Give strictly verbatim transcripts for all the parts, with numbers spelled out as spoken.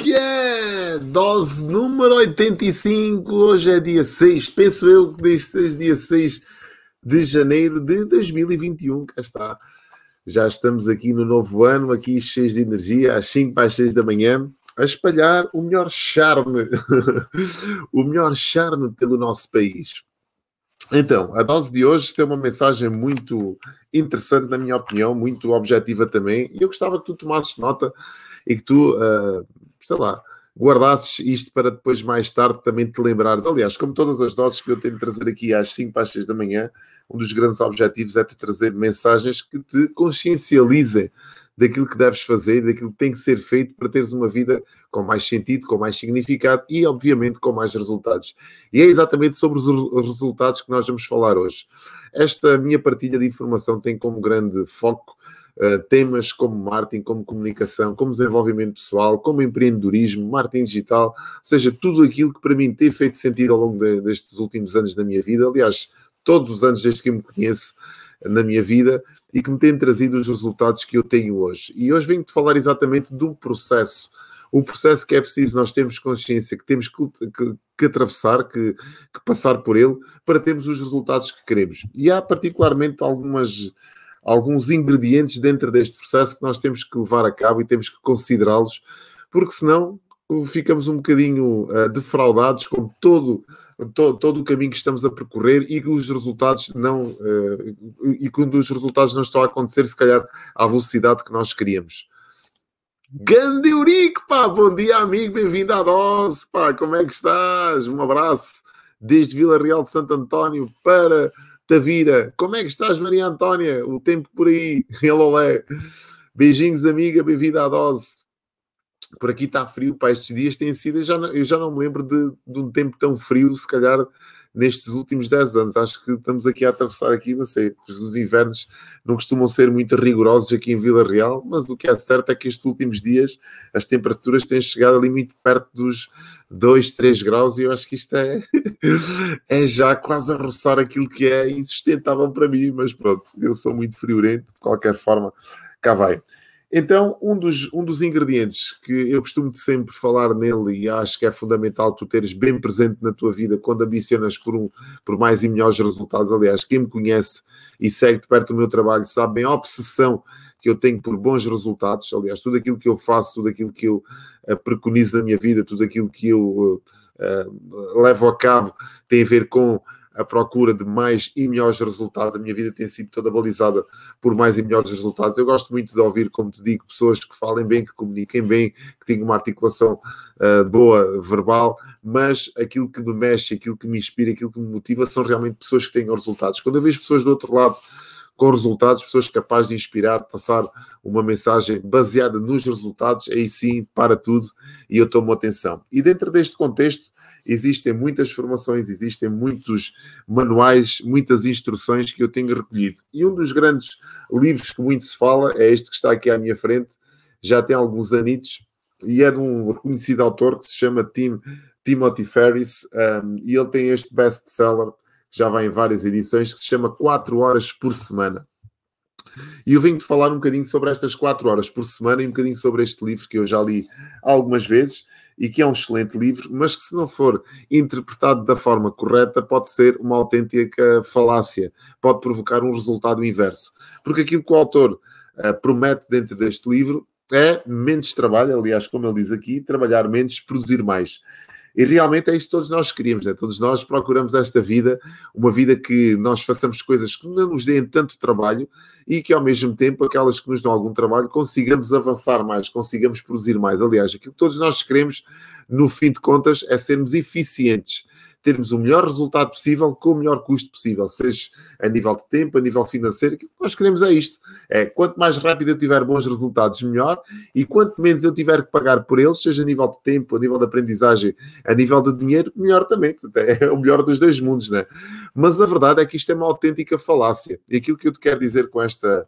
que é? Dose número oitenta e cinco, hoje é dia seis, penso eu que desde seis, dia seis de janeiro de dois mil e vinte e um, cá está. Já estamos aqui no novo ano, aqui cheios de energia, às cinco para as seis da manhã, a espalhar o melhor charme, o melhor charme pelo nosso país. Então, a dose de hoje tem uma mensagem muito interessante, na minha opinião, muito objetiva também, e eu gostava que tu tomasses nota e que tu, uh, sei lá, guardasses isto para depois, mais tarde, também te lembrares. Aliás, como todas as doses que eu tenho de trazer aqui às cinco para as seis da manhã, um dos grandes objetivos é te trazer mensagens que te consciencializem daquilo que deves fazer, daquilo que tem que ser feito para teres uma vida com mais sentido, com mais significado e, obviamente, com mais resultados. E é exatamente sobre os resultados que nós vamos falar hoje. Esta minha partilha de informação tem como grande foco uh, temas como marketing, como comunicação, como desenvolvimento pessoal, como empreendedorismo, marketing digital, ou seja, tudo aquilo que para mim tem feito sentido ao longo de, destes últimos anos da minha vida. Aliás, todos os anos desde que eu me conheço na minha vida, e que me têm trazido os resultados que eu tenho hoje. E hoje venho-te falar exatamente do processo. O processo que é preciso nós termos consciência, que temos que, que, que atravessar, que, que passar por ele, para termos os resultados que queremos. E há particularmente algumas, alguns ingredientes dentro deste processo que nós temos que levar a cabo e temos que considerá-los, porque senão ficamos um bocadinho uh, defraudados com todo, todo, todo o caminho que estamos a percorrer e que os resultados não uh, e quando os resultados não estão a acontecer, se calhar, à velocidade que nós queríamos. Gande Eurico, pá! Bom dia, amigo, bem-vindo à dose, pá! Como é que estás? Um abraço desde Vila Real de Santo António para Tavira. Como é que estás, Maria Antónia? O tempo por aí, olé. Beijinhos, amiga, bem-vinda à dose. Por aqui está frio, pá, estes dias têm sido, eu já não, eu já não me lembro de, de um tempo tão frio, se calhar, nestes últimos dez anos. Acho que estamos aqui a atravessar aqui, não sei, os invernos não costumam ser muito rigorosos aqui em Vila Real, mas o que é certo é que estes últimos dias as temperaturas têm chegado ali muito perto dos dois, três graus, e eu acho que isto é, é já quase a roçar aquilo que é insustentável para mim, mas pronto, eu sou muito friorento, de qualquer forma, cá vai. Então, um dos, um dos ingredientes que eu costumo sempre falar nele e acho que é fundamental tu teres bem presente na tua vida quando ambicionas por, um, por mais e melhores resultados. Aliás, quem me conhece e segue de perto o meu trabalho sabe bem a obsessão que eu tenho por bons resultados. Aliás, tudo aquilo que eu faço, tudo aquilo que eu uh, preconizo na minha vida, tudo aquilo que eu uh, uh, levo a cabo tem a ver com a procura de mais e melhores resultados. A minha vida tem sido toda balizada por mais e melhores resultados. Eu gosto muito de ouvir, como te digo, pessoas que falem bem, que comuniquem bem, que tenham uma articulação uh, boa, verbal, mas aquilo que me mexe, aquilo que me inspira, aquilo que me motiva são realmente pessoas que tenham resultados. Quando eu vejo pessoas do outro lado com resultados, pessoas capazes de inspirar, passar uma mensagem baseada nos resultados, aí sim, para tudo, e eu tomo atenção. E dentro deste contexto, existem muitas formações, existem muitos manuais, muitas instruções que eu tenho recolhido. E um dos grandes livros que muito se fala é este que está aqui à minha frente, já tem alguns anitos, e é de um reconhecido autor que se chama Tim, Timothy Ferriss, um, e ele tem este best-seller, já vai em várias edições, que se chama quatro horas por semana. E eu venho-te falar um bocadinho sobre estas quatro horas por semana e um bocadinho sobre este livro que eu já li algumas vezes e que é um excelente livro, mas que se não for interpretado da forma correta pode ser uma autêntica falácia, pode provocar um resultado inverso. Porque aquilo que o autor uh, promete dentro deste livro é menos trabalho, aliás, como ele diz aqui, trabalhar menos, produzir mais. E realmente é isso que todos nós queríamos, né? Todos nós procuramos esta vida, uma vida que nós façamos coisas que não nos deem tanto trabalho e que ao mesmo tempo, aquelas que nos dão algum trabalho, consigamos avançar mais, consigamos produzir mais. Aliás, aquilo que todos nós queremos, no fim de contas, é sermos eficientes, termos o melhor resultado possível com o melhor custo possível, seja a nível de tempo, a nível financeiro. Aquilo que nós queremos é isto. É, quanto mais rápido eu tiver bons resultados, melhor, e quanto menos eu tiver que pagar por eles, seja a nível de tempo, a nível de aprendizagem, a nível de dinheiro, melhor também. É o melhor dos dois mundos, né? Mas a verdade é que isto é uma autêntica falácia. E aquilo que eu te quero dizer com esta,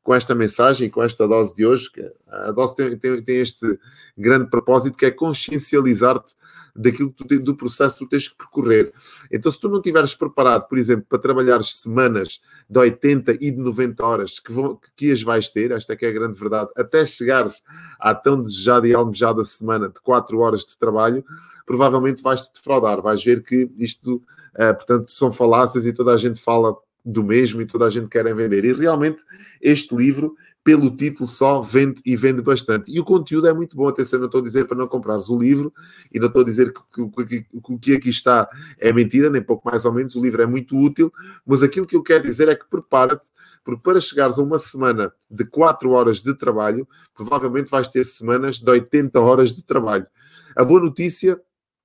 com esta mensagem, com esta dose de hoje. Que a dose tem, tem, tem este grande propósito, que é consciencializar-te daquilo que tu tens, do processo que tu tens que percorrer. Então, se tu não estiveres preparado, por exemplo, para trabalhar semanas de oitenta e de noventa horas que, vão, que as vais ter, esta é que é a grande verdade, até chegares à tão desejada e almejada semana de quatro horas de trabalho, provavelmente vais-te defraudar. Vais ver que isto, uh, portanto, são falácias e toda a gente fala do mesmo e toda a gente quer vender. E realmente este livro, pelo título só, vende e vende bastante. E o conteúdo é muito bom. Atenção, não estou a dizer para não comprares o livro e não estou a dizer que, que, que, que o que aqui está é mentira, nem pouco mais ou menos. O livro é muito útil, mas aquilo que eu quero dizer é que prepara-te, porque para chegares a uma semana de quatro horas de trabalho, provavelmente vais ter semanas de oitenta horas de trabalho. A boa notícia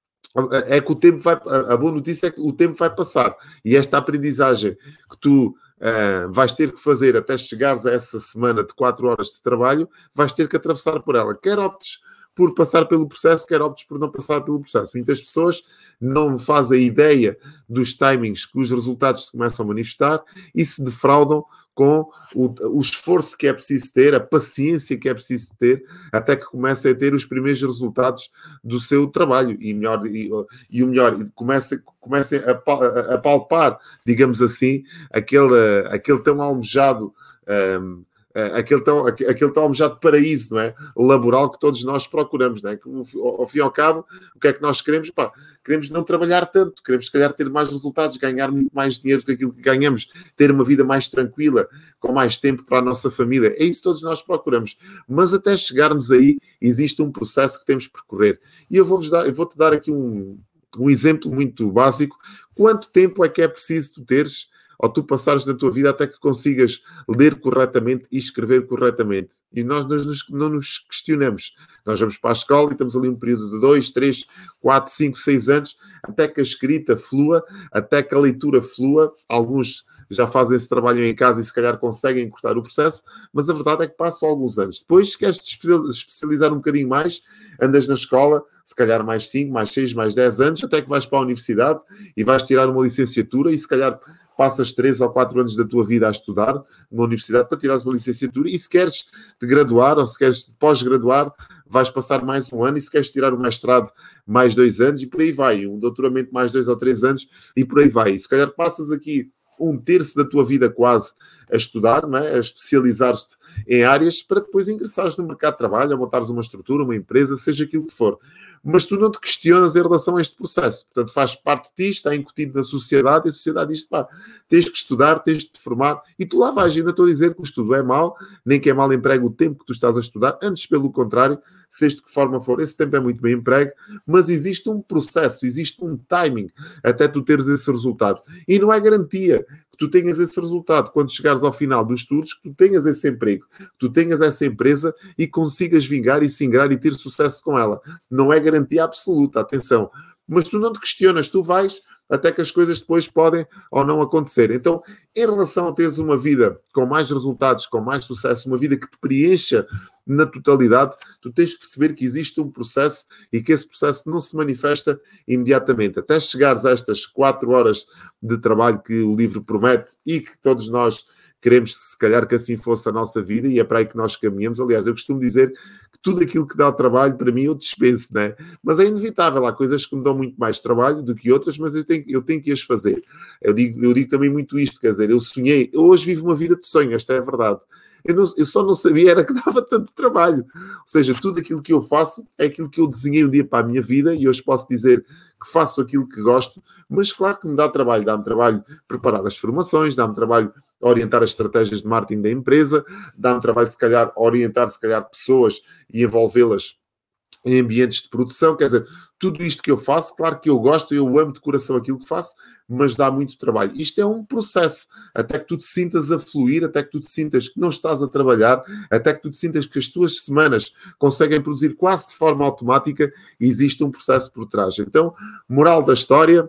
é que o tempo vai, a boa notícia é que o tempo vai passar, e esta aprendizagem que tu uh, vais ter que fazer até chegares a essa semana de quatro horas de trabalho, vais ter que atravessar por ela, quer optes por passar pelo processo, quer optes por não passar pelo processo. Muitas pessoas não fazem ideia dos timings que os resultados se começam a manifestar e se defraudam com o, o esforço que é preciso ter, a paciência que é preciso ter, até que comecem a ter os primeiros resultados do seu trabalho. E, melhor, e, e o melhor, comecem, comecem a, a, a palpar, digamos assim, aquele, aquele tão almejado... Um, Aquele tão, aquele tão almejado paraíso, não é? Laboral que todos nós procuramos, não é? Que, ao, ao fim e ao cabo, o que é que nós queremos? Pá, queremos não trabalhar tanto, queremos, se calhar, ter mais resultados, ganhar muito mais dinheiro do que aquilo que ganhamos, ter uma vida mais tranquila, com mais tempo para a nossa família. É isso que todos nós procuramos. Mas até chegarmos aí, existe um processo que temos que percorrer. E eu vou-vos dar, eu vou-te dar aqui um, um exemplo muito básico. Quanto tempo é que é preciso tu teres ou tu passares da tua vida até que consigas ler corretamente e escrever corretamente? E nós não nos, não nos questionamos. Nós vamos para a escola e estamos ali um período de dois, três, quatro, cinco, seis anos, até que a escrita flua, até que a leitura flua. Alguns já fazem esse trabalho em casa e se calhar conseguem encurtar o processo, mas a verdade é que passam alguns anos. Depois, se queres te especializar um bocadinho mais, andas na escola, se calhar mais cinco, mais seis, mais dez anos, até que vais para a universidade e vais tirar uma licenciatura e se calhar passas três ou quatro anos da tua vida a estudar numa universidade para tirares uma licenciatura, e se queres te graduar ou se queres pós-graduar, vais passar mais um ano, e se queres tirar o mestrado, mais dois anos, e por aí vai, um doutoramento mais dois ou três anos, e por aí vai. E se calhar passas aqui um terço da tua vida quase a estudar, não é? A especializar-te em áreas para depois ingressares no mercado de trabalho, a montares uma estrutura, uma empresa, seja aquilo que for. Mas tu não te questionas em relação a este processo. Portanto, faz parte de ti, está incutido na sociedade, e a sociedade diz, pá, tens que estudar, tens de te formar, e tu lá vais. Eu não estou a dizer que o estudo é mau, nem que é mal emprego o tempo que tu estás a estudar, antes pelo contrário, seja de que forma for, esse tempo é muito bem emprego, mas existe um processo, existe um timing até tu teres esse resultado. E não é garantia que tu tenhas esse resultado quando chegares ao final dos estudos, que tu tenhas esse emprego, que tu tenhas essa empresa e consigas vingar e se ingrar e ter sucesso com ela. Não é garantia absoluta, atenção. Mas tu não te questionas, tu vais até que as coisas depois podem ou não acontecer. Então, em relação a teres uma vida com mais resultados, com mais sucesso, uma vida que te preencha na totalidade, tu tens que perceber que existe um processo e que esse processo não se manifesta imediatamente. Até chegares a estas quatro horas de trabalho que o livro promete e que todos nós queremos, se calhar, que assim fosse a nossa vida, e é para aí que nós caminhamos. Aliás, eu costumo dizer que tudo aquilo que dá trabalho, para mim, eu dispenso, não é? Mas é inevitável. Há coisas que me dão muito mais trabalho do que outras, mas eu tenho, eu tenho que as fazer. Eu digo, eu digo também muito isto, quer dizer, eu sonhei, eu hoje vivo uma vida de sonho, esta é a verdade. Eu, não, eu só não sabia era que dava tanto trabalho. Ou seja, tudo aquilo que eu faço é aquilo que eu desenhei um dia para a minha vida, e hoje posso dizer que faço aquilo que gosto, mas claro que me dá trabalho. Dá-me trabalho preparar as formações, dá-me trabalho orientar as estratégias de marketing da empresa, dá-me trabalho, se calhar, orientar, se calhar, pessoas e envolvê-las em ambientes de produção. Quer dizer, tudo isto que eu faço, claro que eu gosto, eu amo de coração aquilo que faço, mas dá muito trabalho. Isto é um processo, até que tu te sintas a fluir, até que tu te sintas que não estás a trabalhar, até que tu te sintas que as tuas semanas conseguem produzir quase de forma automática, e existe um processo por trás. Então, moral da história.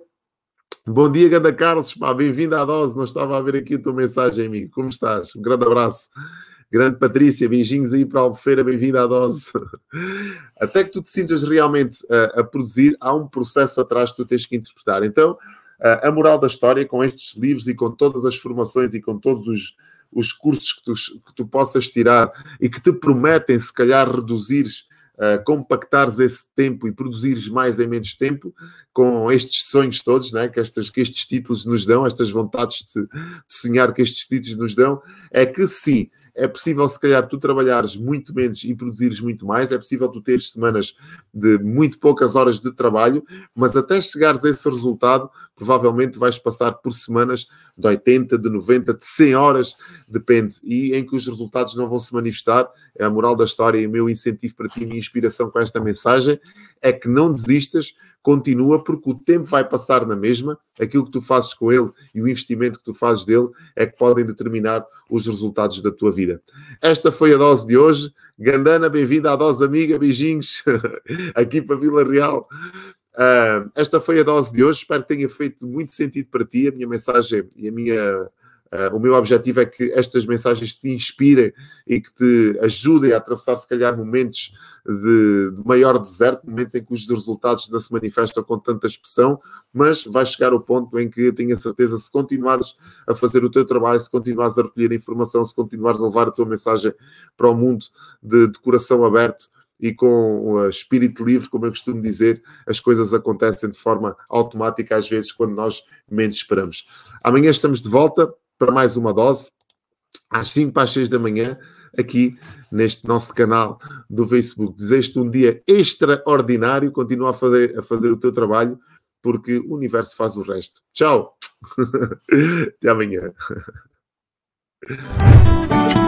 Bom dia, Ganda Carlos, bem-vindo à dose, não estava a ver aqui a tua mensagem, amigo. Como estás? Um grande abraço. Grande Patrícia, beijinhos aí para a Albufeira, bem-vinda à dose. Até que tu te sintas realmente uh, a produzir, há um processo atrás que tu tens que interpretar. Então, uh, a moral da história, com estes livros e com todas as formações e com todos os, os cursos que tu, que tu possas tirar e que te prometem, se calhar, reduzires, uh, compactares esse tempo e produzires mais em menos tempo, com estes sonhos todos, né, que, estas, que estes títulos nos dão, estas vontades de, de sonhar que estes títulos nos dão, é que sim, é possível, se calhar, tu trabalhares muito menos e produzires muito mais, é possível tu teres semanas de muito poucas horas de trabalho, mas até chegares a esse resultado, provavelmente vais passar por semanas de oitenta, de noventa, de cem horas, depende, e em que os resultados não vão se manifestar. É a moral da história e o meu incentivo para ti, minha inspiração com esta mensagem, é que não desistas, continua, porque o tempo vai passar na mesma, aquilo que tu fazes com ele e o investimento que tu fazes dele é que podem determinar os resultados da tua vida. Esta foi a dose de hoje. Gandana, bem-vinda à dose amiga, beijinhos aqui para Vila Real. Uh, esta foi a dose de hoje, espero que tenha feito muito sentido para ti, a minha mensagem e a minha... Uh, o meu objetivo é que estas mensagens te inspirem e que te ajudem a atravessar, se calhar, momentos de, de maior deserto, momentos em que os resultados não se manifestam com tanta expressão, mas vai chegar ao ponto em que tenho a certeza, se continuares a fazer o teu trabalho, se continuares a recolher informação, se continuares a levar a tua mensagem para o mundo de, de coração aberto e com o espírito livre, como eu costumo dizer, as coisas acontecem de forma automática, às vezes, quando nós menos esperamos. Amanhã estamos de volta para mais uma dose, às cinco para as seis da manhã, aqui neste nosso canal do Facebook. Desejo-te um dia extraordinário, continua a fazer, a fazer o teu trabalho, porque o universo faz o resto. Tchau! Até amanhã!